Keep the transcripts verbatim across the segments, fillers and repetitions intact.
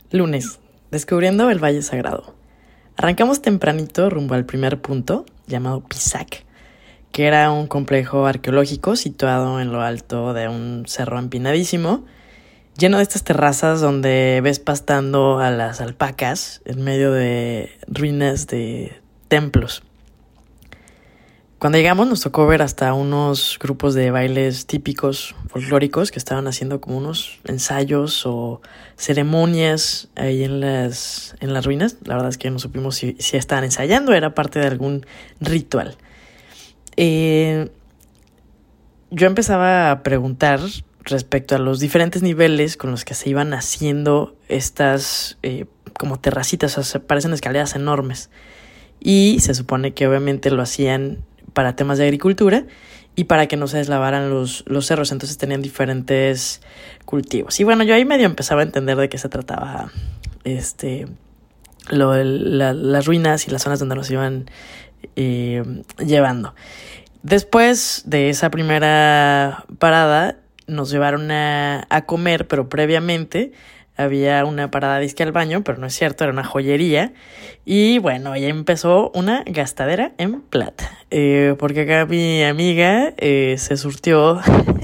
Lunes, descubriendo el Valle Sagrado. Arrancamos tempranito rumbo al primer punto, llamado Pisac, que era un complejo arqueológico situado en lo alto de un cerro empinadísimo, lleno de estas terrazas donde ves pastando a las alpacas en medio de ruinas de templos. Cuando llegamos nos tocó ver hasta unos grupos de bailes típicos folclóricos que estaban haciendo como unos ensayos o ceremonias ahí en las, en las ruinas. La verdad es que no supimos si, si estaban ensayando, era parte de algún ritual. Eh, yo empezaba a preguntar respecto a los diferentes niveles con los que se iban haciendo estas eh, como terracitas, o sea, parecen escaleras enormes. Y se supone que obviamente lo hacían para temas de agricultura y para que no se deslavaran los, los cerros, entonces tenían diferentes cultivos. Y bueno, yo ahí medio empezaba a entender de qué se trataba este lo, la, las ruinas y las zonas donde nos iban eh, llevando. Después de esa primera parada, nos llevaron a, a comer, pero previamente había una parada disque al baño, pero no es cierto, era una joyería. Y bueno, ya empezó una gastadera en plata. Eh, porque acá mi amiga eh, se surtió.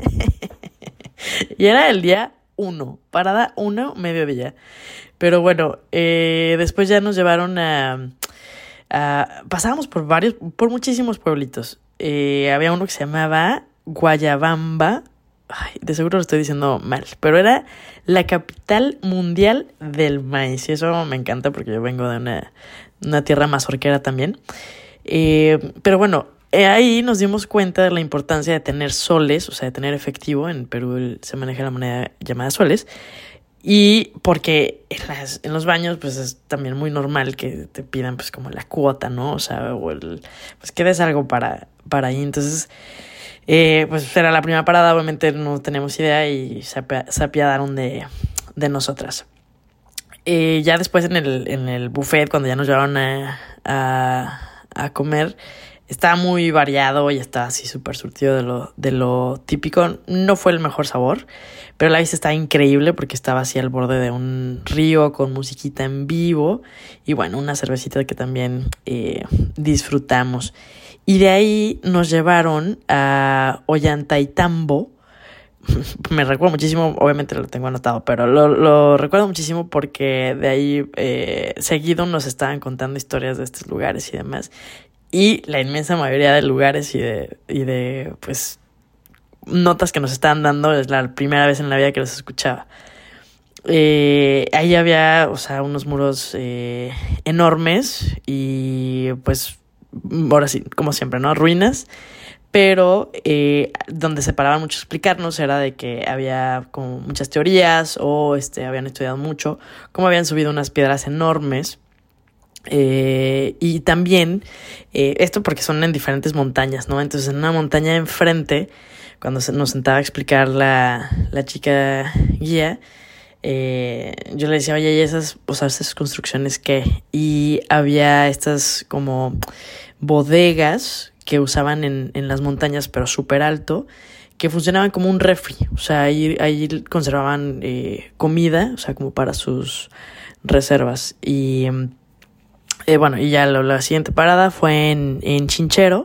Y era el día uno, parada uno, mediodía. Pero bueno, eh, después ya nos llevaron a, a... Pasábamos por varios, por muchísimos pueblitos. Eh, había uno que se llamaba Guayabamba. Ay, de seguro lo estoy diciendo mal, pero era la capital mundial del maíz. Y eso me encanta porque yo vengo de una, una tierra mazorquera también. Eh, pero bueno, eh, ahí nos dimos cuenta de la importancia de tener soles, o sea, de tener efectivo. En Perú se maneja la moneda llamada soles. Y porque en, las, en los baños, pues es también muy normal que te pidan, pues, como la cuota, ¿no? O sea, o el, pues que des algo para, para ahí. Entonces, Eh, pues era la primera parada, obviamente no tenemos idea y se, api- se apiadaron de, de nosotras. Eh, ya después en el, en el buffet, cuando ya nos llevaron a, a, a comer, estaba muy variado y estaba así súper surtido de lo, de lo típico. No fue el mejor sabor, pero la vista estaba increíble porque estaba así al borde de un río con musiquita en vivo y bueno, una cervecita que también eh, disfrutamos. Y de ahí nos llevaron a Ollantaytambo. Me recuerdo muchísimo, obviamente lo tengo anotado, pero lo, lo recuerdo muchísimo porque de ahí eh, seguido nos estaban contando historias de estos lugares y demás. Y la inmensa mayoría de lugares y de, y de pues, notas que nos estaban dando es la primera vez en la vida que los escuchaba. Eh, ahí había, o sea, unos muros eh, enormes y pues ahora sí, como siempre, ¿no? Ruinas, pero eh, donde se paraban mucho a explicarnos era de que había como muchas teorías o este, habían estudiado mucho cómo habían subido unas piedras enormes. Eh, y también eh, esto porque son en diferentes montañas, ¿no? Entonces en una montaña enfrente, cuando se nos sentaba a explicar la, la chica guía, Eh, yo le decía, oye, ¿y esas, o sea, esas construcciones qué? Y había estas como bodegas que usaban en, en las montañas, pero súper alto, que funcionaban como un refri. O sea, ahí, ahí conservaban eh, comida, o sea, como para sus reservas. Y eh, bueno, y ya lo, la siguiente parada fue en, en Chinchero,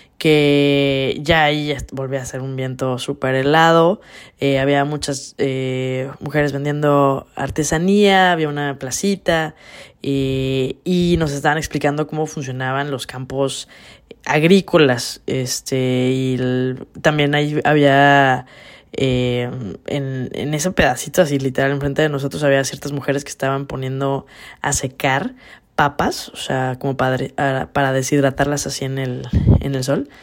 que ya ahí volvía a ser un viento súper helado, eh, había muchas eh, mujeres vendiendo artesanía, había una placita, eh, y nos estaban explicando cómo funcionaban los campos agrícolas, este, y el, también ahí había... Eh, en, en ese pedacito así literal enfrente de nosotros había ciertas mujeres que estaban poniendo a secar papas, o sea, como para, para deshidratarlas así en el, en el sol.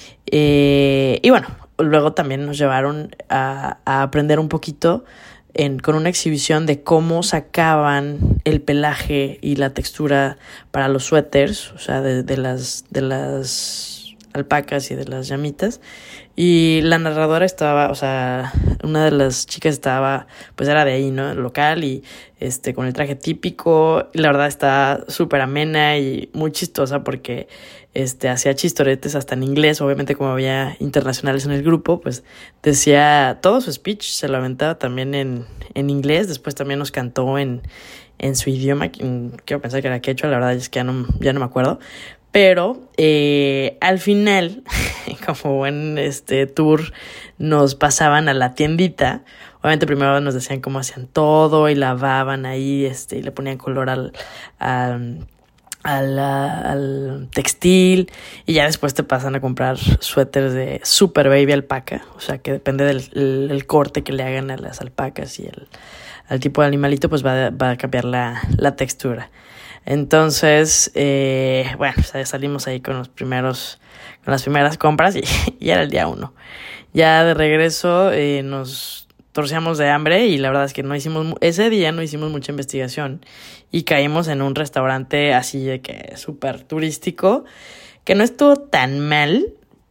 Eh, y bueno, luego también nos llevaron a, a aprender un poquito en, con una exhibición de cómo sacaban el pelaje y la textura para los suéteres, o sea, de, de, las, de las alpacas y de las llamitas. Y la narradora estaba, o sea, una de las chicas estaba, pues era de ahí, ¿no? Local y este, con el traje típico. Y la verdad está súper amena y muy chistosa porque este, hacía chistoretes hasta en inglés. Obviamente como había internacionales en el grupo, pues decía todo su speech, se lo aventaba también en, en inglés. Después también nos cantó en, en su idioma, quiero pensar que era quechua, la verdad es que ya no, ya no me acuerdo. Pero eh, al final, como buen este tour, nos pasaban a la tiendita. Obviamente primero nos decían cómo hacían todo y lavaban ahí, este, y le ponían color al, al, al, al textil. Y ya después te pasan a comprar suéteres de Super Baby Alpaca. O sea que depende del el, el corte que le hagan a las alpacas y el, al tipo de animalito, pues va, va a cambiar la, la textura. Entonces, eh, bueno, o sea, salimos ahí con los primeros, con las primeras compras y, y era el día uno. Ya de regreso eh, nos torcíamos de hambre y la verdad es que no hicimos, ese día no hicimos mucha investigación y caímos en un restaurante así de que súper turístico, que no estuvo tan mal,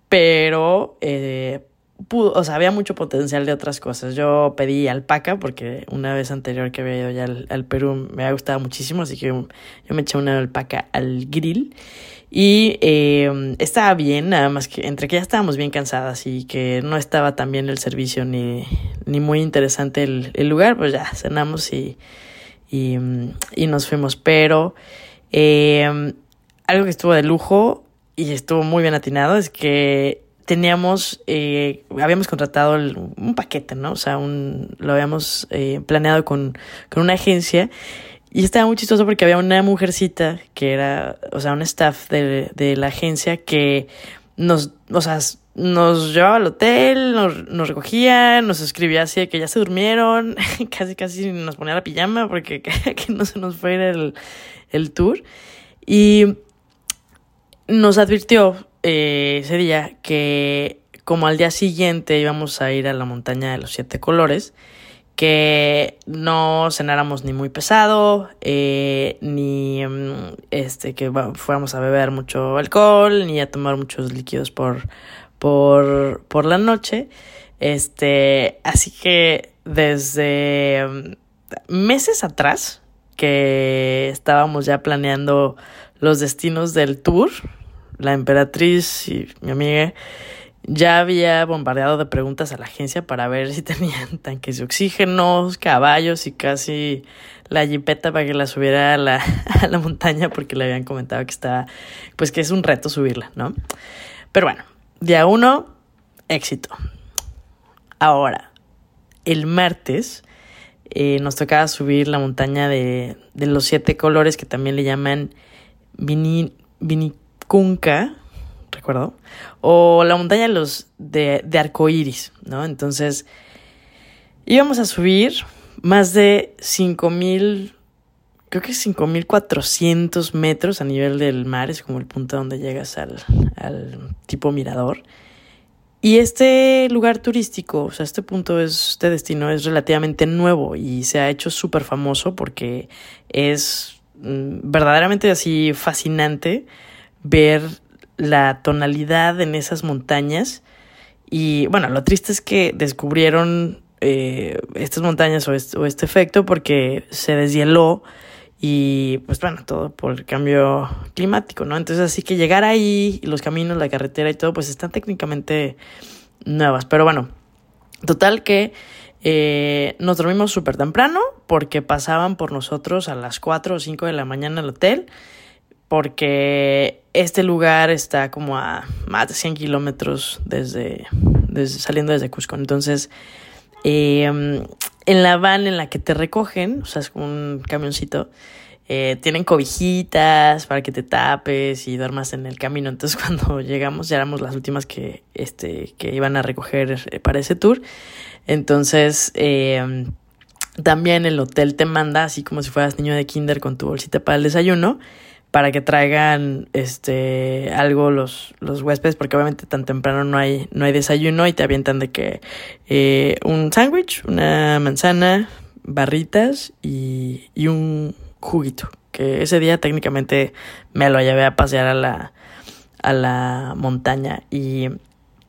pero eh, pudo, o sea, había mucho potencial de otras cosas. Yo pedí alpaca porque una vez anterior que había ido ya al, al Perú me había gustado muchísimo, así que yo, yo me eché una alpaca al grill y eh, estaba bien, nada más que entre que ya estábamos bien cansadas y que no estaba tan bien el servicio ni, ni muy interesante el, el lugar, pues ya cenamos y, y, y nos fuimos. Pero eh, algo que estuvo de lujo y estuvo muy bien atinado es que teníamos, eh, habíamos contratado el, un paquete, ¿no? O sea, un, lo habíamos eh, planeado con, con una agencia y estaba muy chistoso porque había una mujercita que era, o sea, un staff de, de la agencia que nos, o sea, nos llevaba al hotel, nos, nos recogía, nos escribía así de que ya se durmieron, casi casi nos ponía la pijama porque que no se nos fuera el, el tour. Y nos advirtió eh, ese día que como al día siguiente íbamos a ir a la montaña de los siete colores, que no cenáramos ni muy pesado, eh, ni este que bueno, fuéramos a beber mucho alcohol, ni a tomar muchos líquidos por, por, por la noche. Este, así que desde um, meses atrás que estábamos ya planeando los destinos del tour, la emperatriz y mi amiga ya había bombardeado de preguntas a la agencia para ver si tenían tanques de oxígeno, caballos y casi la jipeta para que la subiera a la, a la montaña porque le habían comentado que estaba, pues que es un reto subirla, ¿no? Pero bueno, día uno, éxito. Ahora, el martes eh, nos tocaba subir la montaña de, de los siete colores que también le llaman Vini, Vinicunca, recuerdo, o la montaña de los de, de arcoíris, ¿no? Entonces íbamos a subir más de cinco mil, creo que cinco mil cuatrocientos metros a nivel del mar, es como el punto donde llegas al, al tipo mirador. Y este lugar turístico, o sea, este punto, es, este destino es relativamente nuevo y se ha hecho súper famoso porque es mm, verdaderamente así fascinante ver la tonalidad en esas montañas. Y bueno, lo triste es que descubrieron eh, estas montañas o este, o este efecto porque se deshieló y pues bueno, todo por el cambio climático, ¿no? Entonces así que llegar ahí, los caminos, la carretera y todo, pues están técnicamente nuevas. Pero bueno, total que eh, nos dormimos súper temprano porque pasaban por nosotros a las cuatro o cinco de la mañana al hotel, porque este lugar está como a más de cien kilómetros desde, desde saliendo desde Cusco. Entonces, eh, en la van en la que te recogen, o sea, es como un camioncito, eh, tienen cobijitas para que te tapes y duermas en el camino. Entonces, cuando llegamos, ya éramos las últimas que, este, que iban a recoger para ese tour. Entonces, eh, también el hotel te manda, así como si fueras niño de kinder con tu bolsita para el desayuno, para que traigan este algo los, los huéspedes, porque obviamente tan temprano no hay, no hay desayuno y te avientan de que eh, un sándwich, una manzana, barritas y, y un juguito, que ese día técnicamente me lo llevé a pasear a la, a la montaña. Y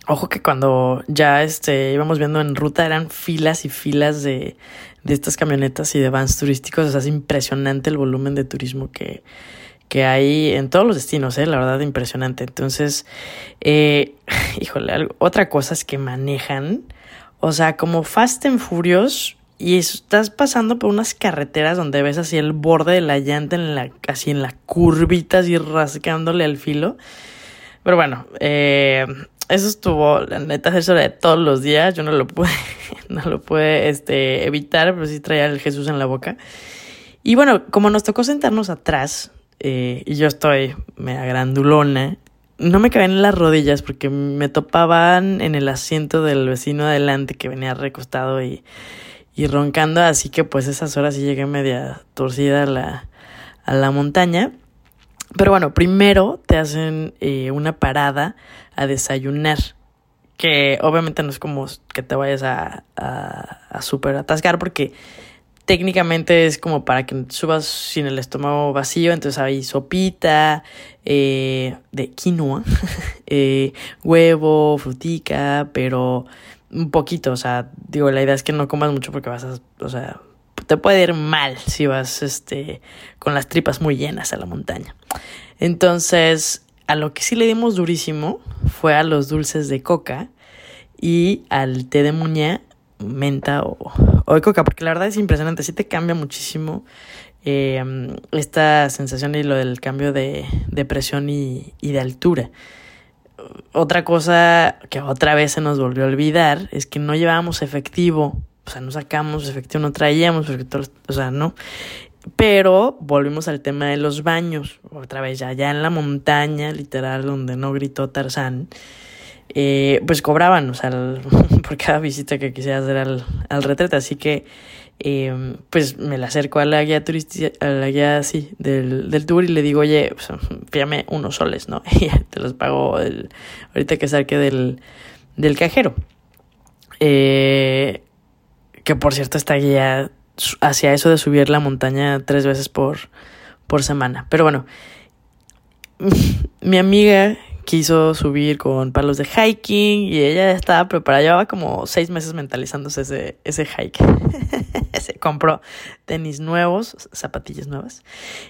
Ojo que cuando ya este íbamos viendo en ruta eran filas y filas de, de estas camionetas y de vans turísticos. O sea, es impresionante el volumen de turismo que, que hay en todos los destinos, ¿eh? La verdad, impresionante. Entonces, eh, híjole, algo, otra cosa es que manejan, o sea, como Fast and Furious, y estás pasando por unas carreteras donde ves así el borde de la llanta, en la, así en la curvita, así rascándole al filo. Pero bueno, eh, eso estuvo, la neta, eso era de todos los días. Yo no lo pude, no lo pude este, evitar, pero sí traía el Jesús en la boca. Y bueno, como nos tocó sentarnos atrás, eh, y yo estoy mega grandulona, no me cabían en las rodillas porque me topaban en el asiento del vecino adelante que venía recostado y, y roncando. Así que pues esas horas sí llegué media torcida a la, a la montaña. Pero bueno, primero te hacen eh, una parada a desayunar, que obviamente no es como que te vayas a, a, a súper atascar, porque técnicamente es como para que subas sin el estómago vacío. Entonces hay sopita eh, de quinoa, eh, huevo, frutica, pero un poquito. O sea, digo, la idea es que no comas mucho porque vas a, o sea, te puede ir mal si vas este con las tripas muy llenas a la montaña. Entonces, a lo que sí le dimos durísimo fue a los dulces de coca y al té de muña, menta o, o de coca, porque la verdad es impresionante, sí te cambia muchísimo eh, esta sensación y lo del cambio de, de presión y, y de altura. Otra cosa que otra vez se nos volvió a olvidar es que no llevábamos efectivo. O sea, no sacamos efectivo, no traíamos efectivo, o sea, no. Pero volvimos al tema de los baños. Otra vez, ya, ya en la montaña, literal, donde no gritó Tarzán, eh, pues cobraban, o sea, el, por cada visita que quisiera hacer al, al retrete. Así que, eh, pues me la acerco a la guía turística, a la guía, sí, del, del tour y le digo, oye, pues, fíjame unos soles, ¿no? Y te los pago el, ahorita que saque del, del cajero. Eh... Que por cierto, esta guía hacía eso de subir la montaña tres veces por, por semana. Pero bueno, mi amiga quiso subir con palos de hiking y ella estaba preparada. Llevaba como seis meses mentalizándose ese, ese hike. Se compró tenis nuevos, zapatillas nuevas.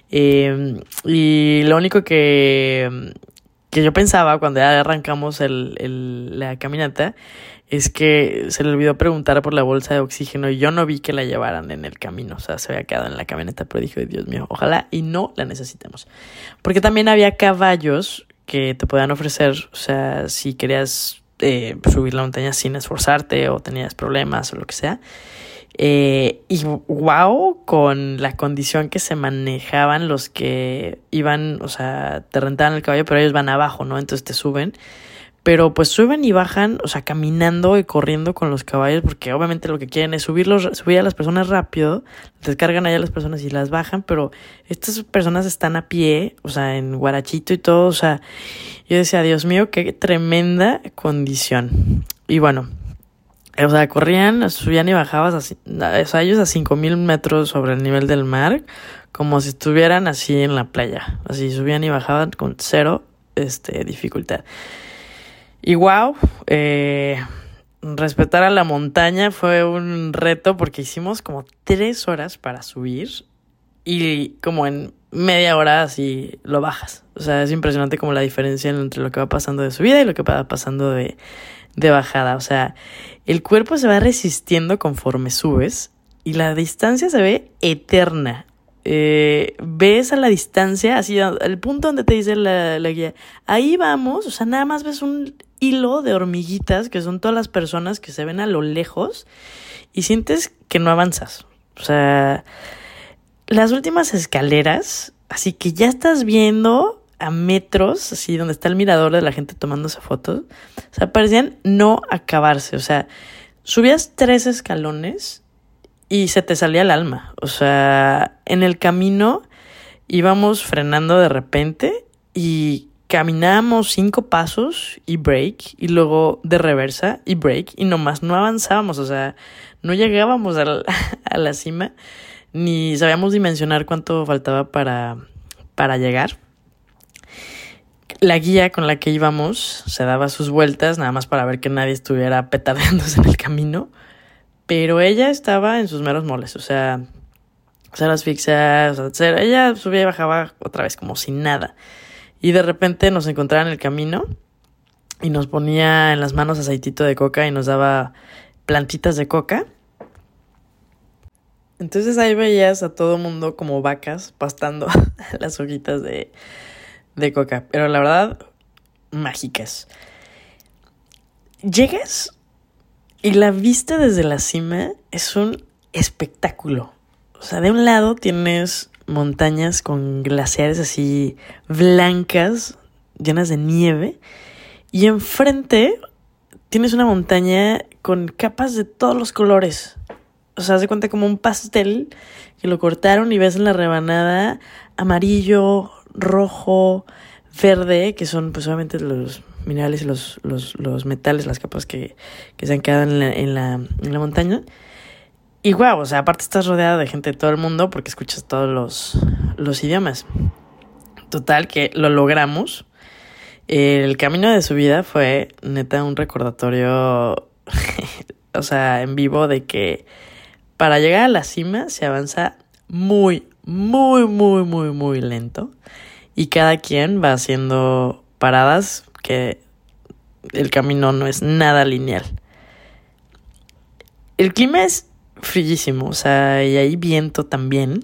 Eh, y lo único que, que yo pensaba cuando ya arrancamos el, el, la caminata es que se le olvidó preguntar por la bolsa de oxígeno y yo no vi que la llevaran en el camino. O sea, se había quedado en la camioneta, pero dije, Dios mío, ojalá y no la necesitemos. Porque también había caballos que te podían ofrecer, o sea, si querías eh, subir la montaña sin esforzarte o tenías problemas o lo que sea. Eh, y wow, con la condición que se manejaban los que iban, o sea, te rentaban el caballo, pero ellos van abajo, ¿no? Entonces te suben. Pero pues suben y bajan, o sea, caminando y corriendo con los caballos, porque obviamente lo que quieren es subirlos, subir a las personas rápido, descargan allá a las personas y las bajan, pero estas personas están a pie, o sea, en guarachito y todo. O sea, yo decía, Dios mío, qué tremenda condición. Y bueno, o sea, corrían, subían y bajaban, así, o sea, ellos a cinco mil metros sobre el nivel del mar, como si estuvieran así en la playa, así subían y bajaban con cero este, dificultad. Y wow, eh, respetar a la montaña fue un reto porque hicimos como tres horas para subir y como en media hora así lo bajas. O sea, es impresionante como la diferencia entre lo que va pasando de subida y lo que va pasando de, de bajada. O sea, el cuerpo se va resistiendo conforme subes y la distancia se ve eterna. Eh, ves a la distancia, así al punto donde te dice la, la guía, ahí vamos, o sea, nada más ves un hilo de hormiguitas que son todas las personas que se ven a lo lejos y sientes que no avanzas. O sea, las últimas escaleras, así que ya estás viendo a metros, así donde está el mirador de la gente tomándose fotos, o sea, parecían no acabarse. O sea, subías tres escalones y se te salía el alma. O sea, en el camino íbamos frenando de repente y caminábamos cinco pasos y break, y luego de reversa y break, y nomás no avanzábamos. O sea, no llegábamos a la, a la cima, ni sabíamos dimensionar cuánto faltaba para, para llegar. la guía con la que íbamos se daba sus vueltas, nada más para ver que nadie estuviera petardeándose en el camino. Pero ella estaba en sus meros moles, o sea, cero asfixia, o sea, cero. Ella subía y bajaba otra vez como sin nada. Y de repente nos encontraba en el camino y nos ponía en las manos aceitito de coca y nos daba plantitas de coca. Entonces ahí veías a todo mundo como vacas pastando las hojitas de, de coca. Pero la verdad, mágicas. Llegas y la vista desde la cima es un espectáculo. O sea, de un lado tienes montañas con glaciares así blancas, llenas de nieve. Y enfrente tienes una montaña con capas de todos los colores. O sea, haz de cuenta como un pastel que lo cortaron y ves en la rebanada amarillo, rojo, verde, que son pues obviamente los minerales y los, los, los metales, las capas que, que se han quedado en la, en la, en la montaña. Y guau, wow, o sea, aparte estás rodeada de gente de todo el mundo porque escuchas todos los, los idiomas. Total, que lo logramos. El camino de subida fue neta un recordatorio, o sea, en vivo de que para llegar a la cima se avanza muy, muy, muy, muy, muy lento. Y cada quien va haciendo paradas que el camino no es nada lineal. El clima es frillísimo, o sea, y hay viento también.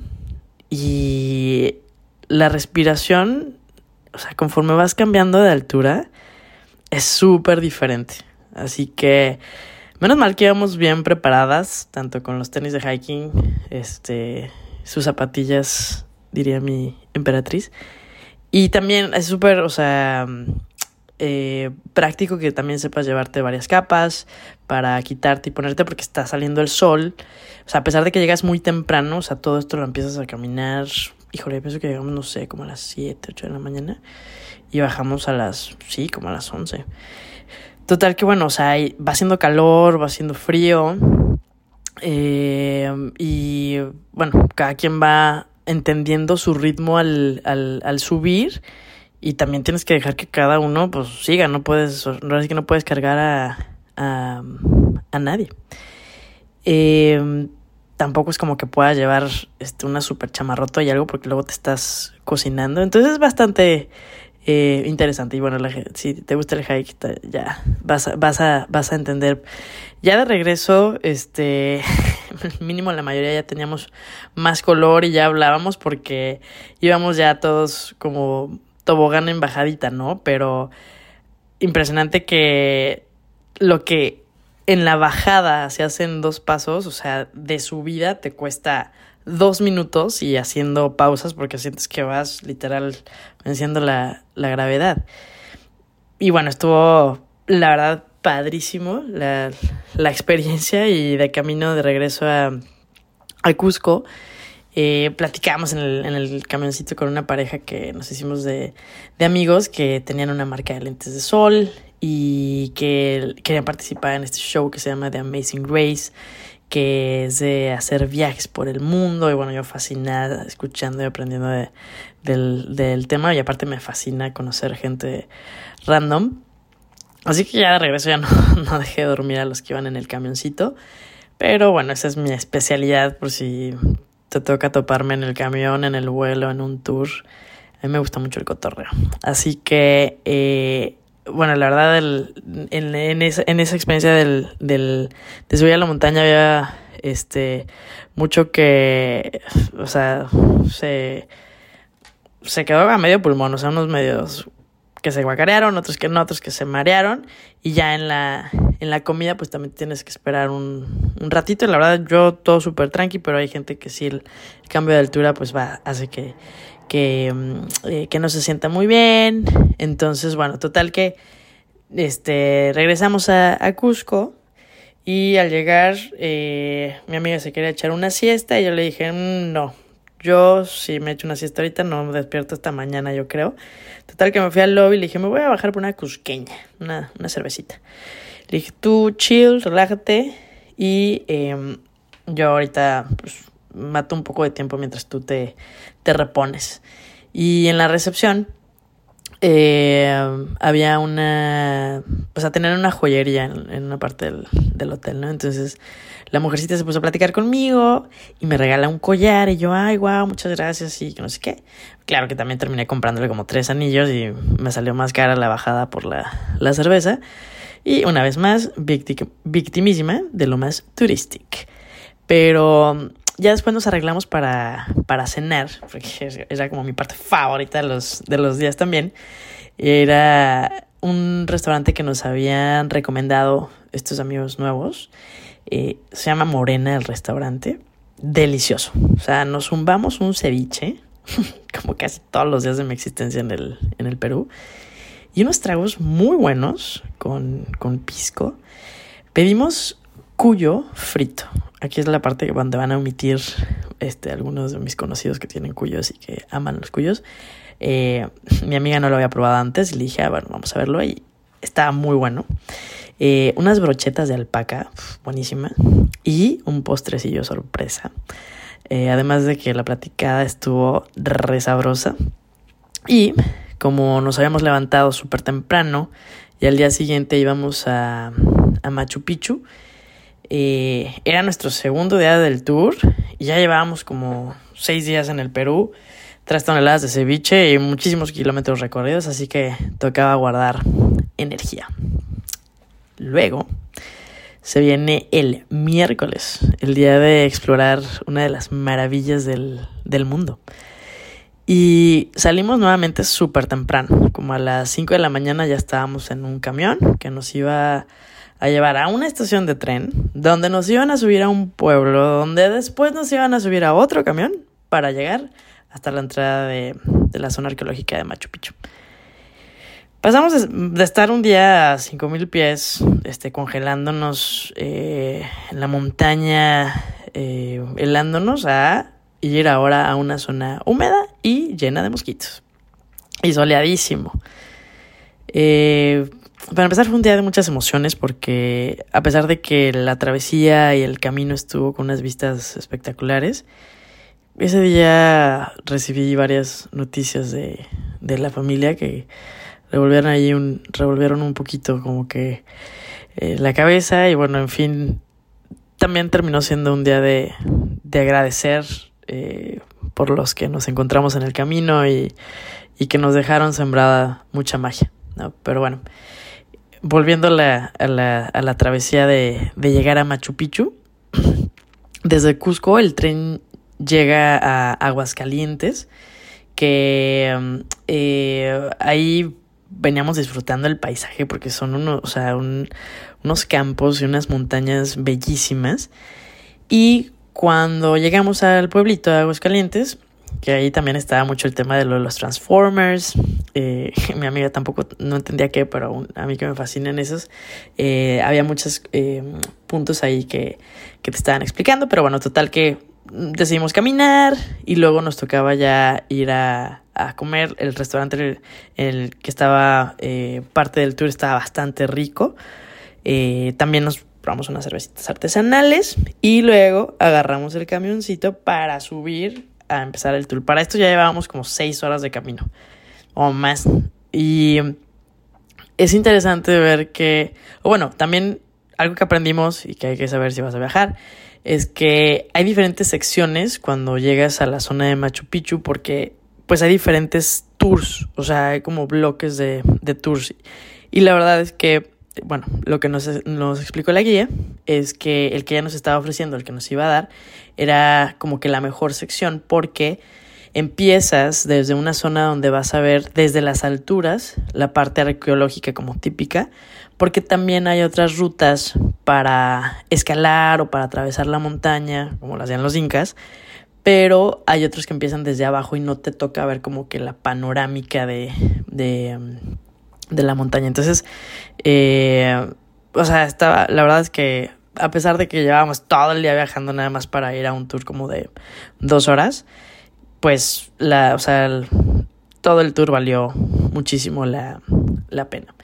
Y la respiración, o sea, conforme vas cambiando de altura, es súper diferente. Así que menos mal que íbamos bien preparadas, tanto con los tenis de hiking, este, sus zapatillas, diría mi emperatriz. Y también es súper, o sea, eh, práctico que también sepas llevarte varias capas para quitarte y ponerte porque está saliendo el sol. O sea, a pesar de que llegas muy temprano, o sea, todo esto lo empiezas a caminar. Híjole, pienso que llegamos, no sé, como a las siete, ocho de la mañana. Y bajamos a las, sí, como a las once. Total que bueno, o sea, va haciendo calor, va haciendo frío. Eh, y bueno, cada quien va entendiendo su ritmo al, al, al subir. Y también tienes que dejar que cada uno pues siga, no puedes, no es que no puedes cargar a, a, a nadie. Eh, tampoco es como que puedas llevar este, una super chamarrota y algo porque luego te estás cocinando. Entonces es bastante eh, interesante. Y bueno, la, si te gusta el hike, te, ya vas a, vas a, vas a entender. Ya de regreso, este, mínimo la mayoría ya teníamos más color y ya hablábamos porque íbamos ya todos como tobogán en bajadita, ¿no? Pero impresionante que lo que en la bajada se hacen dos pasos, o sea, de subida te cuesta dos minutos y haciendo pausas porque sientes que vas literal venciendo la, la gravedad. Y bueno, estuvo, la verdad, padrísimo la, la experiencia y de camino de regreso a, a Cusco. Eh, platicamos en el, en el camioncito con una pareja que nos hicimos de, de amigos que tenían una marca de lentes de sol y que querían participar en este show que se llama The Amazing Race, que es de hacer viajes por el mundo. Y bueno, yo fascinada escuchando y aprendiendo de, del, del tema, y aparte me fascina conocer gente random. Así que ya de regreso ya no, no dejé de dormir a los que iban en el camioncito, pero bueno, esa es mi especialidad por si te toca toparme en el camión, en el vuelo, en un tour. A mí me gusta mucho el cotorreo. Así que, eh, bueno, la verdad, el, en, en, esa, en esa experiencia del, del, de subir a la montaña había este, mucho que, o sea, se, se quedó a medio pulmón, o sea, unos medios que se guacarearon, otros que no, otros que se marearon. Y ya en la, en la comida pues también tienes que esperar un, un ratito. Y la verdad yo todo súper tranqui, pero hay gente que sí el, el cambio de altura pues va, hace que, que, eh, que no se sienta muy bien. Entonces bueno, total que este regresamos a, a Cusco. Y al llegar eh, mi amiga se quería echar una siesta y yo le dije mm, no. Yo, si me echo una siesta ahorita, no me despierto hasta mañana, yo creo. Total que me fui al lobby y le dije, me voy a bajar por una cusqueña, una, una cervecita. Le dije, tú chill, relájate. Y eh, yo ahorita pues, mato un poco de tiempo mientras tú te, te repones. Y en la recepción eh, había una, o sea, tenían una joyería en, en una parte del, del hotel, ¿no? Entonces la mujercita se puso a platicar conmigo y me regala un collar y yo, ay, wow, muchas gracias y que no sé qué. Claro que también terminé comprándole como tres anillos y me salió más cara la bajada por la, la cerveza. Y una vez más, victi- victimísima de lo más turístico. Pero ya después nos arreglamos para, para cenar, porque era como mi parte favorita de los, de los días también. Era un restaurante que nos habían recomendado estos amigos nuevos. Eh, se llama Morena el restaurante. Delicioso. O sea, nos zumbamos un ceviche, como casi todos los días de mi existencia en el, en el Perú. Y unos tragos muy buenos con, con pisco. Pedimos cuyo frito. Aquí es la parte donde van a omitir este, algunos de mis conocidos que tienen cuyos y que aman los cuyos. Eh, mi amiga no lo había probado antes y le dije, ah, bueno, vamos a verlo. Y estaba muy bueno. Eh, unas brochetas de alpaca, buenísima. Y un postrecillo sorpresa. Eh, además de que la platicada estuvo re sabrosa. Y como nos habíamos levantado súper temprano y al día siguiente íbamos a, a Machu Picchu, eh, era nuestro segundo día del tour y ya llevábamos como seis días en el Perú, tres toneladas de ceviche y muchísimos kilómetros recorridos, así que tocaba guardar energía. Luego se viene el miércoles, el día de explorar una de las maravillas del, del mundo. Y salimos nuevamente súper temprano, como a las cinco de la mañana ya estábamos en un camión que nos iba a llevar a una estación de tren, donde nos iban a subir a un pueblo, donde después nos iban a subir a otro camión para llegar hasta la entrada de, de la zona arqueológica de Machu Picchu. Pasamos de, de estar un día a cinco mil pies, este, congelándonos eh, en la montaña, eh, helándonos, a ir ahora a una zona húmeda y llena de mosquitos. Y soleadísimo. Eh, para empezar, fue un día de muchas emociones porque a pesar de que la travesía y el camino estuvo con unas vistas espectaculares, ese día recibí varias noticias de, de la familia que revolvieron ahí un, revolvieron un poquito como que eh, la cabeza. Y bueno, en fin, también terminó siendo un día de, de agradecer Eh, por los que nos encontramos en el camino y, y que nos dejaron sembrada mucha magia, ¿no? Pero bueno, volviendo a la, a la, a la travesía de, de llegar a Machu Picchu, desde Cusco el tren llega a Aguascalientes, que eh, ahí veníamos disfrutando el paisaje porque son unos, o sea, un, unos campos y unas montañas bellísimas. Y cuando llegamos al pueblito de Aguascalientes, que ahí también estaba mucho el tema de lo de los Transformers, eh, mi amiga tampoco no entendía qué, pero a mí que me fascinan esos, eh, había muchos eh, puntos ahí que, que te estaban explicando, pero bueno, total que decidimos caminar y luego nos tocaba ya ir a, a comer. El restaurante el, el que estaba eh, parte del tour estaba bastante rico. Eh, también nos compramos unas cervecitas artesanales y luego agarramos el camioncito para subir a empezar el tour. Para esto ya llevábamos como seis horas de camino o más. Y es interesante ver que, o bueno, también algo que aprendimos y que hay que saber si vas a viajar es que hay diferentes secciones cuando llegas a la zona de Machu Picchu porque pues hay diferentes tours, o sea, hay como bloques de, de tours. Y la verdad es que bueno, lo que nos, nos explicó la guía es que el que ella nos estaba ofreciendo, el que nos iba a dar, era como que la mejor sección porque empiezas desde una zona donde vas a ver desde las alturas la parte arqueológica como típica, porque también hay otras rutas para escalar o para atravesar la montaña, como lo hacían los incas, pero hay otros que empiezan desde abajo y no te toca ver como que la panorámica de... de de la montaña. Entonces, eh, o sea, estaba, la verdad es que a pesar de que llevábamos todo el día viajando nada más para ir a un tour como de dos horas, pues, la, o sea, el, todo el tour valió muchísimo la, la pena.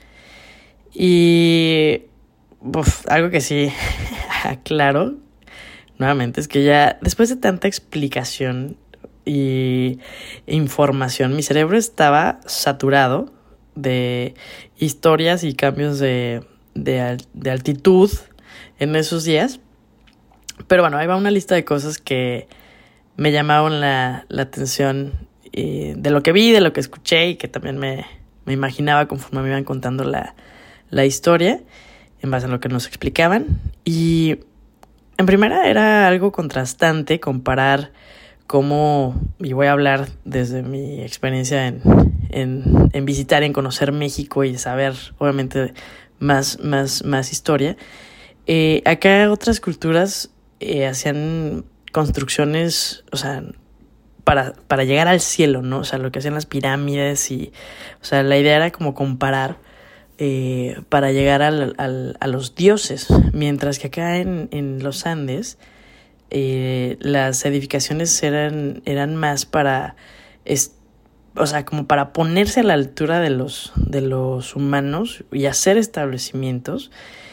Y uf, algo que sí aclaro nuevamente es que ya después de tanta explicación y información, mi cerebro estaba saturado de historias y cambios de, de, de altitud en esos días. Pero bueno, ahí va una lista de cosas que me llamaron la, la atención eh, de lo que vi, de lo que escuché y que también me, me imaginaba conforme me iban contando la, la historia en base a lo que nos explicaban. Y en primera era algo contrastante comparar cómo, y voy a hablar desde mi experiencia en, en, en visitar, en conocer México y saber obviamente más, más, más historia. Eh, acá otras culturas eh, hacían construcciones, o sea, para, para llegar al cielo, ¿no? O sea, lo que hacían las pirámides y, o sea, la idea era como comparar eh, para llegar al, al, a los dioses, mientras que acá en, en los Andes eh, las edificaciones eran, eran más para, es, o sea, como para ponerse a la altura de los, de los humanos y hacer establecimientos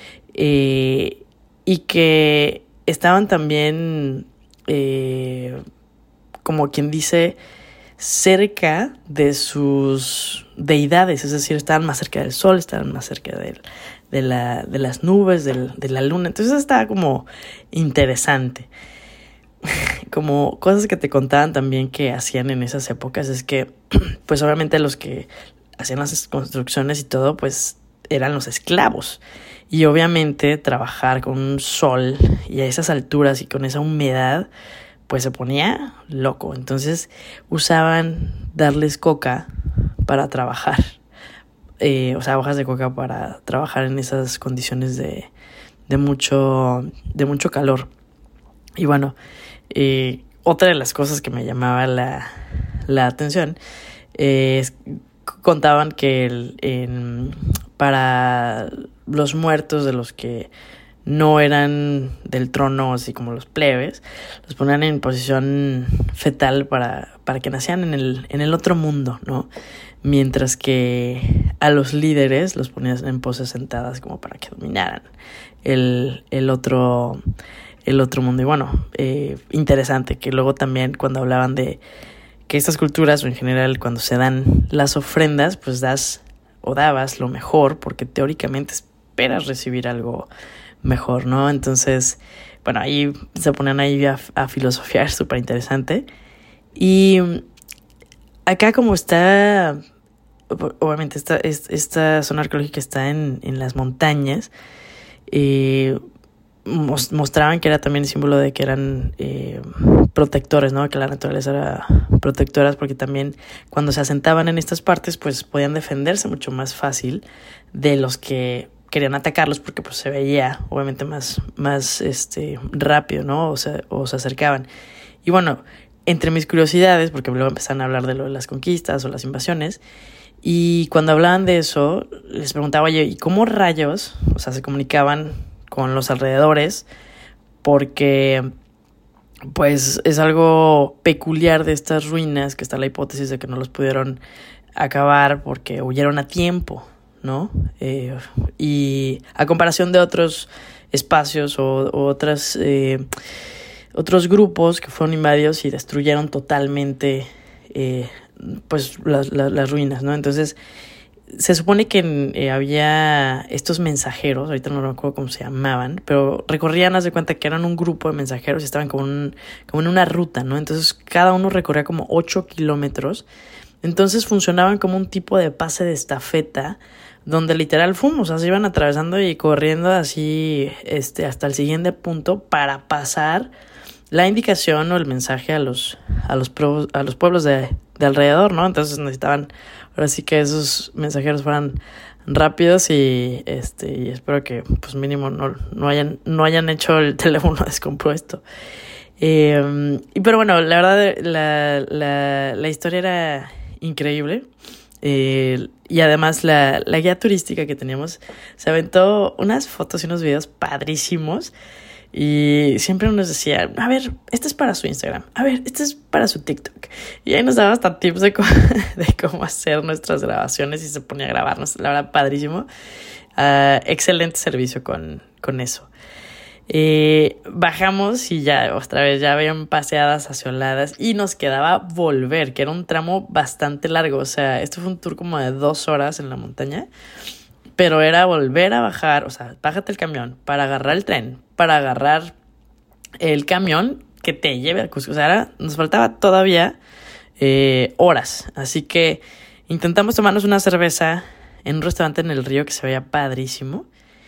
eh, y que estaban también eh, como quien dice cerca de sus deidades, es decir, estaban más cerca del sol, estaban más cerca de, de, la, de las nubes, de, de la luna. Entonces estaba como interesante. Como cosas que te contaban también que hacían en esas épocas es que pues obviamente los que hacían las construcciones y todo pues eran los esclavos. Y obviamente trabajar con un sol y a esas alturas y con esa humedad pues se ponía loco. Entonces usaban darles coca para trabajar. Eh, o sea, hojas de coca para trabajar en esas condiciones de, de, mucho, de mucho calor. Y bueno, eh, otra de las cosas que me llamaba la, la atención eh, es contaban que el, en, para los muertos de los que no eran del trono, así como los plebes, los ponían en posición fetal para, para que nacieran en el, en el otro mundo, ¿no? Mientras que a los líderes los ponían en poses sentadas como para que dominaran el, el otro el otro mundo. Y bueno, eh, interesante que luego también cuando hablaban de que estas culturas o en general cuando se dan las ofrendas, pues das o dabas lo mejor porque teóricamente esperas recibir algo mejor, ¿no? Entonces, bueno, ahí se ponían ahí a, a filosofiar, súper interesante. Y acá como está, obviamente esta, esta zona arqueológica está en, en las montañas, eh, mostraban que era también símbolo de que eran eh, protectores, ¿no? Que la naturaleza era protectoras porque también cuando se asentaban en estas partes pues podían defenderse mucho más fácil de los que querían atacarlos porque pues se veía obviamente más, más este, rápido, ¿no? O se, o se acercaban. Y bueno, entre mis curiosidades, porque luego empezaron a hablar de lo de las conquistas o las invasiones, y cuando hablaban de eso, les preguntaba, oye, ¿y cómo rayos, o sea, se comunicaban con los alrededores? Porque pues es algo peculiar de estas ruinas, que está la hipótesis de que no los pudieron acabar porque huyeron a tiempo, ¿no? Eh, y a comparación de otros espacios o, o otras, eh, otros grupos que fueron invadidos y destruyeron totalmente eh, pues las, las, las ruinas, ¿no? Entonces se supone que eh, había estos mensajeros, ahorita no me acuerdo cómo se llamaban, pero recorrían, haz de cuenta que eran un grupo de mensajeros y estaban como, un, como en una ruta, ¿no? Entonces cada uno recorría como ocho kilómetros. Entonces funcionaban como un tipo de pase de estafeta donde literal fum, o sea, se iban atravesando y corriendo así este, hasta el siguiente punto para pasar la indicación o el mensaje a los, a los, pro, a los pueblos de, de alrededor, ¿no? Entonces necesitaban ahora sí que esos mensajeros fueran rápidos y este y espero que pues mínimo no, no hayan no hayan hecho el teléfono descompuesto. Eh, y pero bueno, la verdad la, la, la historia era increíble. Eh, y además la, la guía turística que teníamos se aventó unas fotos y unos videos padrísimos y siempre nos decía, a ver, este es para su Instagram, a ver, este es para su TikTok, y ahí nos daba hasta tips de cómo, de cómo hacer nuestras grabaciones y se ponía a grabarnos, la verdad padrísimo. Uh, excelente servicio con, con eso. Eh, bajamos y ya otra vez ya habían paseadas acioladas y nos quedaba volver, que era un tramo bastante largo. O sea, esto fue un tour como de dos horas en la montaña, pero era volver a bajar, o sea, bájate el camión para agarrar el tren, para agarrar el camión que te lleve a Cusco. O sea, era, nos faltaba todavía eh, horas, así que intentamos tomarnos una cerveza en un restaurante en el río que se veía padrísimo.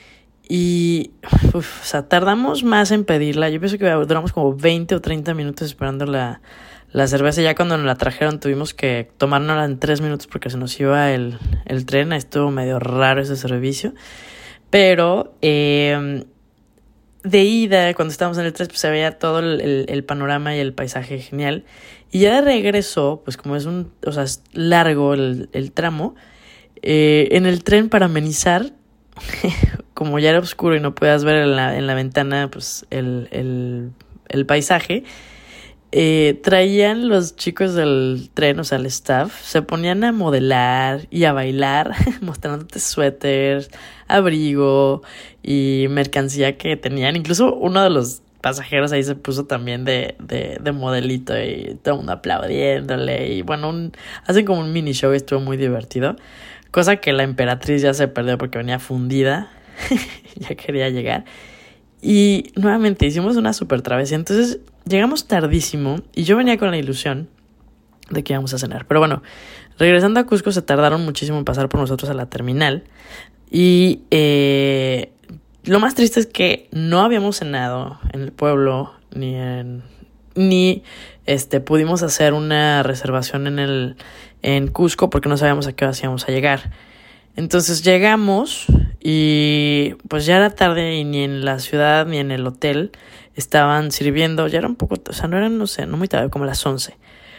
Y, uf, o sea, tardamos más en pedirla. Yo pienso que duramos como veinte o treinta minutos esperando la, la cerveza. Ya cuando nos la trajeron tuvimos que tomárnosla en tres minutos porque se nos iba el, el tren. Estuvo medio raro ese servicio. Pero eh, de ida, cuando estábamos en el tren, pues se veía todo el, el, el panorama y el paisaje genial. Y ya de regreso, pues como es un, o sea, es largo el, el tramo, eh, en el tren para amenizar, como ya era oscuro y no podías ver en la, en la ventana pues el, el, el paisaje, eh, traían los chicos del tren, o sea, el staff, se ponían a modelar y a bailar, mostrándote suéteres, abrigo y mercancía que tenían. Incluso uno de los pasajeros ahí se puso también de, de, de modelito y todo el mundo aplaudiéndole. Y bueno, un, hacen como un mini show y estuvo muy divertido. Cosa que la emperatriz ya se perdió porque venía fundida. Ya quería llegar. Y nuevamente hicimos una super travesía. Entonces llegamos tardísimo y yo venía con la ilusión de que íbamos a cenar. Pero bueno, regresando a Cusco se tardaron muchísimo en pasar por nosotros a la terminal. Y eh, lo más triste es que no habíamos cenado en el pueblo ni en... Ni este, pudimos hacer una reservación en el en Cusco porque no sabíamos a qué hora íbamos a llegar. Entonces llegamos y pues ya era tarde y ni en la ciudad ni en el hotel estaban sirviendo. Ya era un poco, o sea, no eran, no sé, no muy tarde, como las once.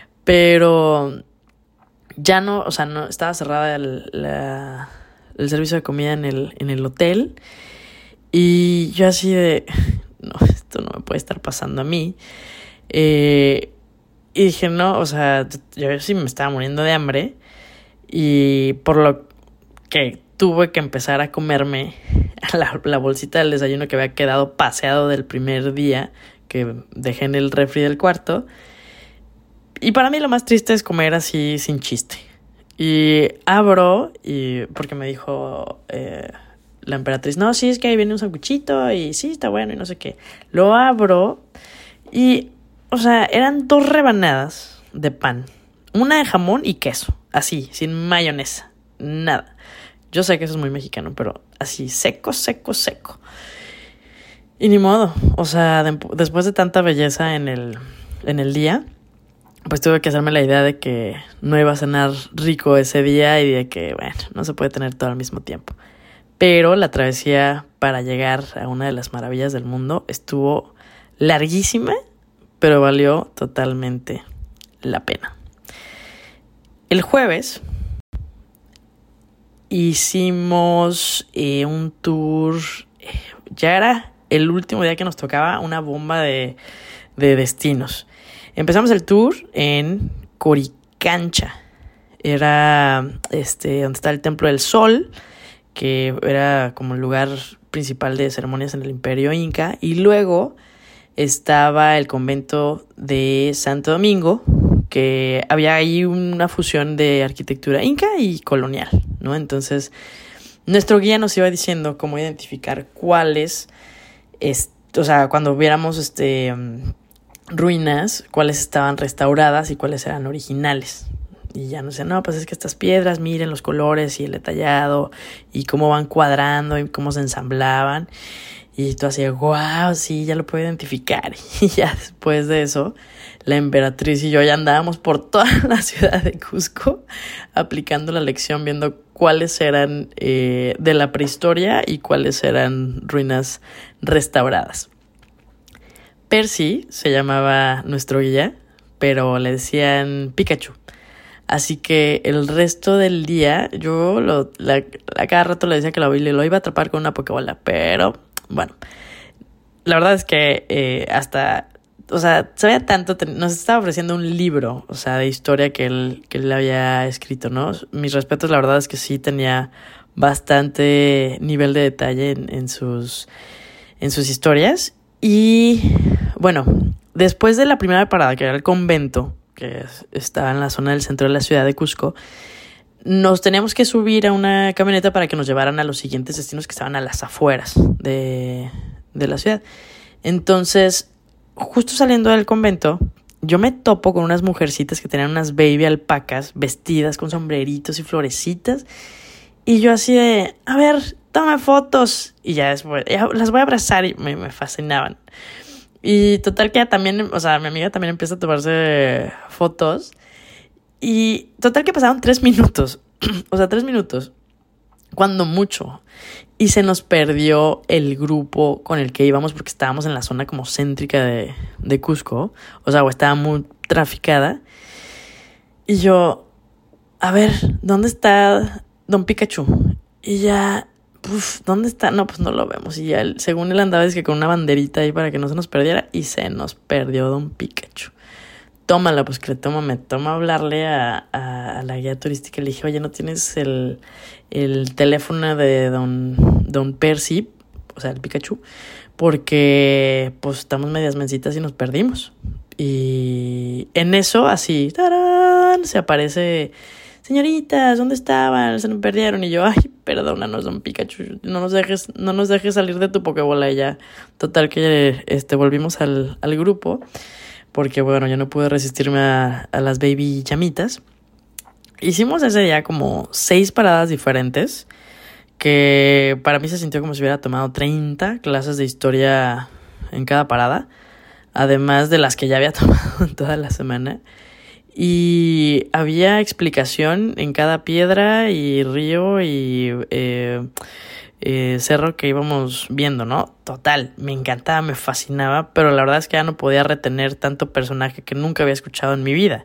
Pero ya no, o sea, no estaba cerrada el, la, el servicio de comida en el, en el hotel. Y yo así de, no, esto no me puede estar pasando a mí. Eh, y dije, no, o sea, yo sí me estaba muriendo de hambre. Y por lo que tuve que empezar a comerme la, la bolsita del desayuno que había quedado paseado del primer día que dejé en el refri del cuarto. Y para mí lo más triste es comer así sin chiste. Y abro, y porque me dijo eh, la emperatriz, no, sí, es que ahí viene un sanguchito y sí, está bueno y no sé qué. Lo abro y, o sea, eran dos rebanadas de pan. Una de jamón y queso, así, sin mayonesa, nada. Yo sé que eso es muy mexicano, pero así, seco, seco, seco. Y ni modo, o sea, de, después de tanta belleza en el, en el día, pues tuve que hacerme la idea de que no iba a cenar rico ese día y de que, bueno, no se puede tener todo al mismo tiempo. Pero la travesía para llegar a una de las maravillas del mundo estuvo larguísima, pero valió totalmente la pena. El jueves hicimos eh, un tour, eh, ya era el último día que nos tocaba una bomba de, de destinos. Empezamos el tour en Coricancha, era este donde está el Templo del Sol, que era como el lugar principal de ceremonias en el Imperio Inca, y luego estaba el convento de Santo Domingo, que había ahí una fusión de arquitectura inca y colonial, ¿no? Entonces, nuestro guía nos iba diciendo cómo identificar cuáles, es, o sea, cuando viéramos este, ruinas, cuáles estaban restauradas y cuáles eran originales. Y ya no sé, no, pues es que estas piedras, miren los colores y el detallado y cómo van cuadrando y cómo se ensamblaban. Y tú así, wow, sí, ya lo puedo identificar. Y ya después de eso, la emperatriz y yo ya andábamos por toda la ciudad de Cusco aplicando la lección, viendo cuáles eran eh, de la prehistoria y cuáles eran ruinas restauradas. Percy se llamaba nuestro guía, pero le decían Pikachu. Así que el resto del día yo lo, la, a cada rato le decía que lo, lo iba a atrapar con una pokebola, pero bueno, la verdad es que eh, hasta, o sea, sabía tanto, nos estaba ofreciendo un libro, o sea, de historia que él, que él había escrito, ¿no? Mis respetos, la verdad es que sí tenía bastante nivel de detalle en, en sus en sus historias. Y bueno, después de la primera parada, que era el convento, que estaba en la zona del centro de la ciudad de Cusco, nos teníamos que subir a una camioneta para que nos llevaran a los siguientes destinos que estaban a las afueras de, de la ciudad. Entonces, justo saliendo del convento, yo me topo con unas mujercitas que tenían unas baby alpacas vestidas con sombreritos y florecitas. Y yo así de, a ver, toma fotos. Y ya después, ya las voy a abrazar y me, me fascinaban. Y total que ella también, o sea, mi amiga también empieza a tomarse fotos. Y total que pasaron tres minutos. O sea, tres minutos. Cuando mucho. Y se nos perdió el grupo con el que íbamos porque estábamos en la zona como céntrica de, de Cusco. O sea, o estaba muy traficada. Y yo, a ver, ¿dónde está Don Pikachu? Y ya, uf, ¿dónde está? No, pues no lo vemos. Y ya, él, según él andaba, es que con una banderita ahí para que no se nos perdiera. Y se nos perdió Don Pikachu. Tómala, pues que le toma, me toma hablarle a, a, a la guía turística. Le dije, oye, ¿no tienes el, el teléfono de don, don Percy? O sea, el Pikachu. Porque, pues, estamos medias mencitas y nos perdimos. Y en eso, así, ¡tarán! Se aparece, señoritas, ¿dónde estaban? Se nos perdieron. Y yo, ay, perdónanos, don Pikachu. No nos dejes, no nos dejes salir de tu Pokébola. Y ya, total que este, volvimos al, al grupo. Porque, bueno, yo no pude resistirme a, a las baby chamitas. Hicimos ese día como seis paradas diferentes. Que para mí se sintió como si hubiera tomado treinta clases de historia en cada parada. Además de las que ya había tomado en toda la semana. Y había explicación en cada piedra y río y... Eh, Eh, cerro que íbamos viendo, ¿no? Total, me encantaba, me fascinaba, pero la verdad es que ya no podía retener tanto personaje que nunca había escuchado en mi vida.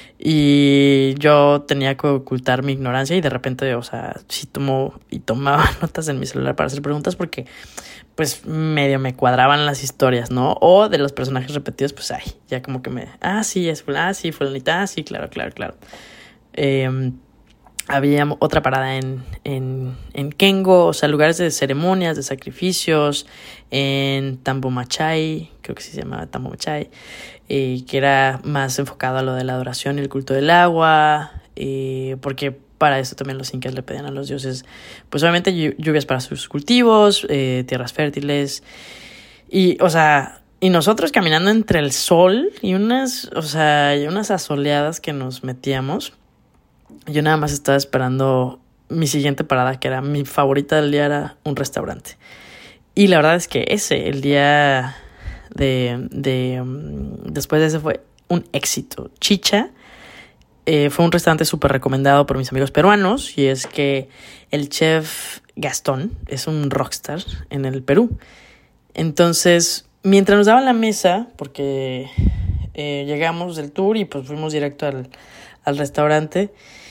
Y yo tenía que ocultar mi ignorancia y de repente, o sea, sí tomo y tomaba notas en mi celular para hacer preguntas porque, pues, medio me cuadraban las historias, ¿no? O de los personajes repetidos, pues, ay, ya como que me... Ah, sí, es fulana, ah, sí, fulanita, ah, sí, claro, claro, claro. Eh... Había otra parada en, en, en Kengo, o sea, lugares de ceremonias, de sacrificios, en Tambomachay, creo que sí se llamaba Tambomachay, eh, que era más enfocado a lo de la adoración y el culto del agua, eh, porque para eso también los incas le pedían a los dioses, pues obviamente lluvias para sus cultivos, eh, tierras fértiles, y, o sea... Y nosotros caminando entre el sol y unas, o sea, y unas asoleadas que nos metíamos... Yo nada más estaba esperando mi siguiente parada, que era mi favorita del día, era un restaurante. Y la verdad es que ese, el día de... de um, después de ese fue un éxito. Chicha eh, fue un restaurante súper recomendado por mis amigos peruanos. Y es que el chef Gastón es un rockstar en el Perú. Entonces, mientras nos daban la mesa, porque eh, llegamos del tour y pues fuimos directo al... al restaurante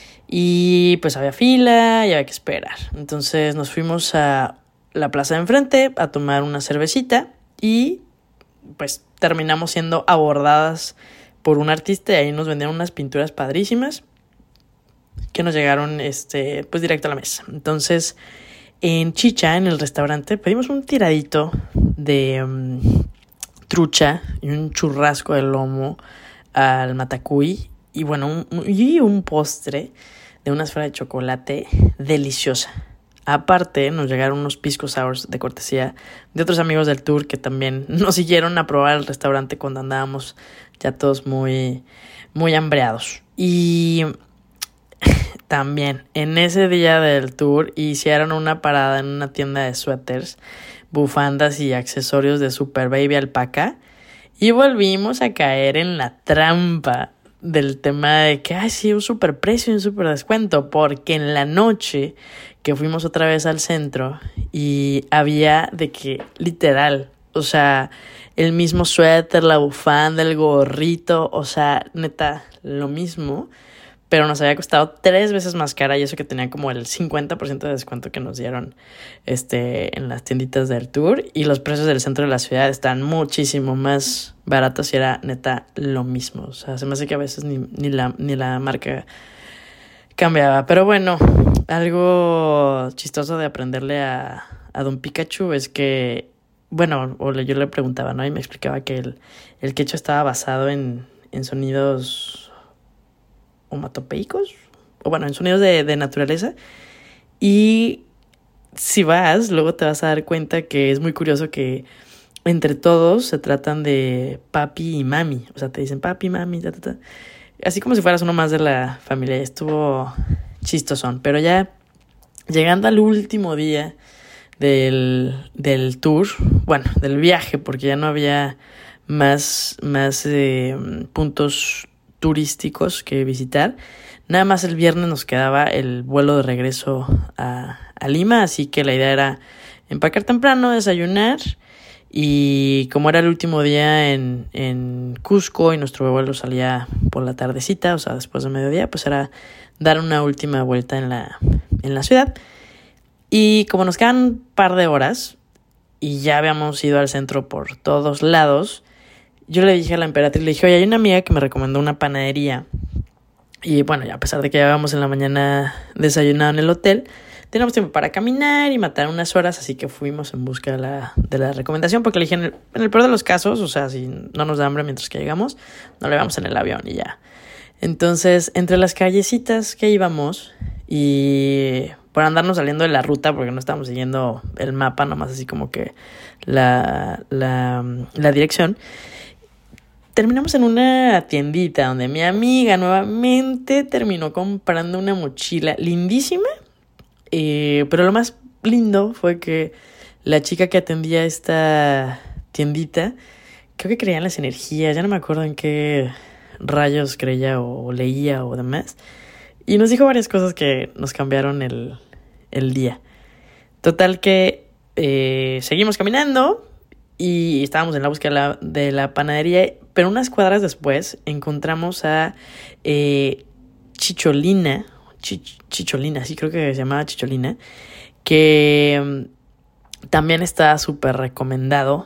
y pues había fila y había que esperar. Entonces nos fuimos a la plaza de enfrente a tomar una cervecita y pues terminamos siendo abordadas por un artista y ahí nos vendieron unas pinturas padrísimas que nos llegaron este pues directo a la mesa. Entonces en Chicha, en el restaurante, pedimos un tiradito de um, trucha y un churrasco de lomo al matacuy. Y bueno, un, y un postre de una esfera de chocolate deliciosa. Aparte, nos llegaron unos pisco sours de cortesía de otros amigos del tour que también nos siguieron a probar el restaurante cuando andábamos ya todos muy, muy hambreados. Y también en ese día del tour hicieron una parada en una tienda de suéteres, bufandas y accesorios de Super Baby Alpaca. Y volvimos a caer en la trampa del tema de que, ay, sí, un super precio y un super descuento, porque en la noche que fuimos otra vez al centro y había de que, literal, o sea, el mismo suéter, la bufanda, el gorrito, o sea, neta, lo mismo, pero nos había costado tres veces más cara y eso que tenía como el cincuenta por ciento de descuento que nos dieron este, en las tienditas del tour y los precios del centro de la ciudad están muchísimo más baratos y era neta lo mismo. O sea, se me hace que a veces ni, ni, la, ni la marca cambiaba. Pero bueno, algo chistoso de aprenderle a, a Don Pikachu es que bueno, o le, yo le preguntaba, ¿no? Y me explicaba que el, el quechua estaba basado en, en sonidos onomatopeicos, o bueno, en sonidos de, de naturaleza. Y si vas, luego te vas a dar cuenta que es muy curioso que entre todos se tratan de papi y mami. O sea, te dicen papi, mami, ta, ta, ta. Así como si fueras uno más de la familia. Estuvo chistosón. Pero ya llegando al último día del, del tour, bueno, del viaje, porque ya no había más, más eh, puntos turísticos que visitar. Nada más el viernes nos quedaba el vuelo de regreso a, a Lima, así que la idea era empacar temprano, desayunar, y como era el último día en, en Cusco y nuestro vuelo salía por la tardecita, o sea, después de mediodía, pues era dar una última vuelta en la, en la ciudad. Y como nos quedan un par de horas y ya habíamos ido al centro por todos lados, yo le dije a la emperatriz, le dije, oye, hay una amiga que me recomendó una panadería. Y bueno, ya a pesar de que ya habíamos en la mañana desayunado en el hotel, teníamos tiempo para caminar y matar unas horas, así que fuimos en busca de la, de la recomendación, porque le dije, en el, en el peor de los casos, o sea, si no nos da hambre mientras que llegamos, no le vamos en el avión y ya. Entonces, entre las callecitas que íbamos y por andarnos saliendo de la ruta, porque no estábamos siguiendo el mapa, nomás así como que la, la, la dirección, terminamos en una tiendita donde mi amiga nuevamente terminó comprando una mochila lindísima. Eh, pero lo más lindo fue que la chica que atendía esta tiendita, creo que creía en las energías, ya no me acuerdo en qué rayos creía o leía o demás. Y nos dijo varias cosas que nos cambiaron el, el día. Total que eh, seguimos caminando y estábamos en la búsqueda de la, de la panadería, pero unas cuadras después encontramos a eh, Chicholina, Chich, Chicholina, sí creo que se llamaba Chicholina, que um, también está súper recomendado,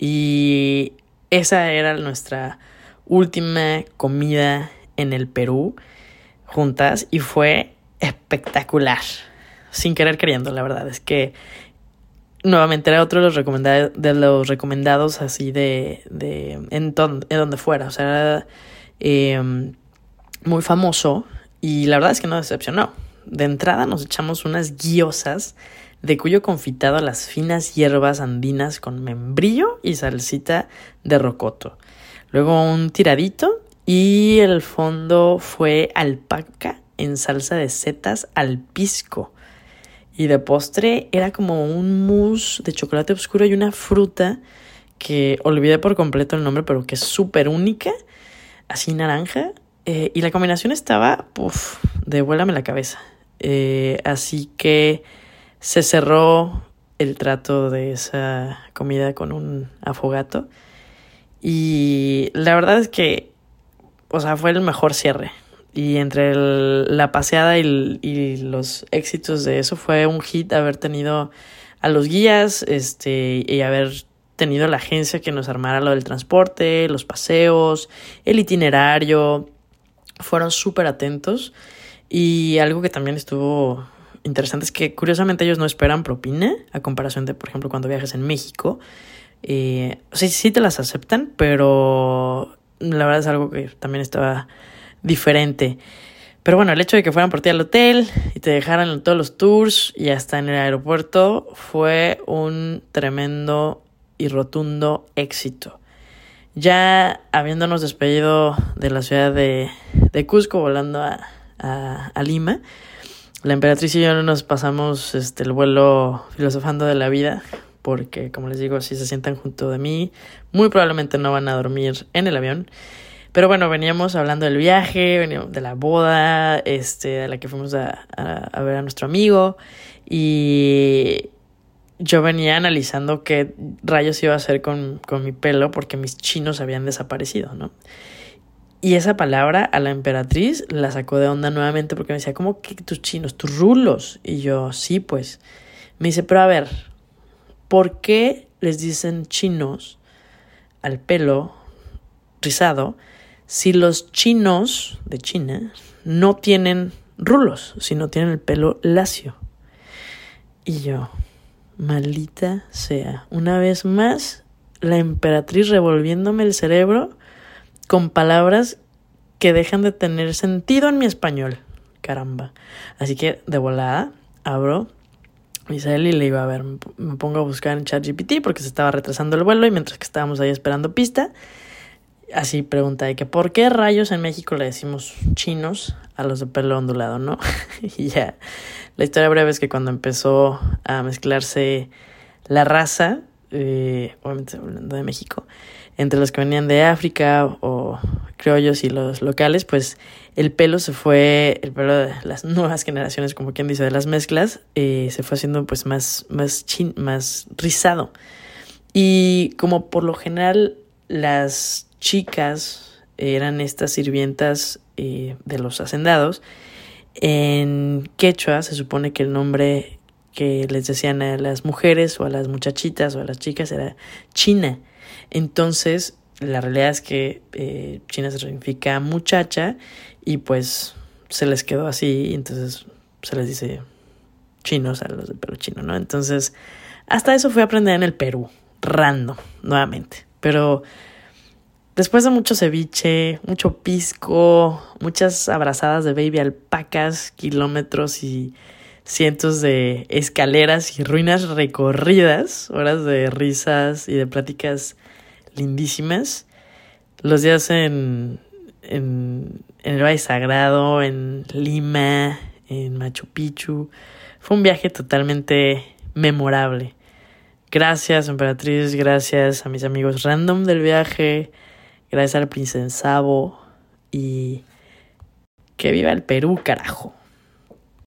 y esa era nuestra última comida en el Perú juntas y fue espectacular, sin querer queriendo, la verdad es que nuevamente era otro de los recomendados, de los recomendados así de, de en, ton, en donde fuera, o sea, era eh, muy famoso y la verdad es que no decepcionó. De entrada nos echamos unas guiosas de cuyo confitado a las finas hierbas andinas con membrillo y salsita de rocoto. Luego un tiradito y el fondo fue alpaca en salsa de setas al pisco. Y de postre era como un mousse de chocolate oscuro y una fruta que olvidé por completo el nombre, pero que es súper única, así naranja. Eh, y la combinación estaba, puff, de vuélame la cabeza. Eh, así que se cerró el trato de esa comida con un afogato. Y la verdad es que, o sea, fue el mejor cierre. Y entre el, la paseada y, y los éxitos de eso fue un hit haber tenido a los guías este y haber tenido la agencia que nos armara lo del transporte, los paseos, el itinerario. Fueron súper atentos. Y algo que también estuvo interesante es que curiosamente ellos no esperan propina a comparación de, por ejemplo, cuando viajas en México. Eh, sí, sí te las aceptan, pero la verdad es algo que también estaba diferente. Pero bueno, el hecho de que fueran por ti al hotel y te dejaran en todos los tours y hasta en el aeropuerto fue un tremendo y rotundo éxito. Ya habiéndonos despedido de la ciudad de, de Cusco, volando a, a, a Lima, la emperatriz y yo nos pasamos este, el vuelo filosofando de la vida, porque como les digo, si se sientan junto de mí, muy probablemente no van a dormir en el avión. Pero bueno, veníamos hablando del viaje, veníamos de la boda, este, de la que fuimos a, a, a ver a nuestro amigo, y yo venía analizando qué rayos iba a hacer con, con mi pelo, porque mis chinos habían desaparecido, ¿no? Y esa palabra a la emperatriz la sacó de onda nuevamente, porque me decía, ¿cómo que tus chinos, tus rulos? Y yo, sí, pues. Me dice, pero a ver, ¿por qué les dicen chinos al pelo rizado si los chinos de China no tienen rulos, sino tienen el pelo lacio? Y yo, Maldita sea. Una vez más, la emperatriz revolviéndome el cerebro con palabras que dejan de tener sentido en mi español. Caramba. Así que de volada abro mi cel y le iba a ver, me pongo a buscar en ChatGPT porque se estaba retrasando el vuelo y mientras que estábamos ahí esperando pista, así pregunta de que ¿por qué rayos en México le decimos chinos a los de pelo ondulado, no? Y ya, la historia breve es que cuando empezó a mezclarse la raza, eh, obviamente hablando de México, entre los que venían de África o criollos y los locales, pues el pelo se fue, el pelo de las nuevas generaciones, como quien dice, de las mezclas, eh, se fue haciendo pues más, más, chin, más rizado. Y como por lo general las chicas eran estas sirvientas eh, de los hacendados, en quechua se supone que el nombre que les decían a las mujeres o a las muchachitas o a las chicas era china. Entonces, la realidad es que eh, china significa muchacha y pues se les quedó así, y entonces se les dice chinos a los de pelo chino, ¿no? Entonces, hasta eso fui a aprender en el Perú, random, nuevamente. Pero después de mucho ceviche, mucho pisco, muchas abrazadas de baby alpacas, kilómetros y cientos de escaleras y ruinas recorridas, horas de risas y de pláticas lindísimas, los días en, en, en el Valle Sagrado, en Lima, en Machu Picchu, fue un viaje totalmente memorable. Gracias, emperatriz, gracias a mis amigos random del viaje, gracias al princesavo y que viva el Perú, carajo.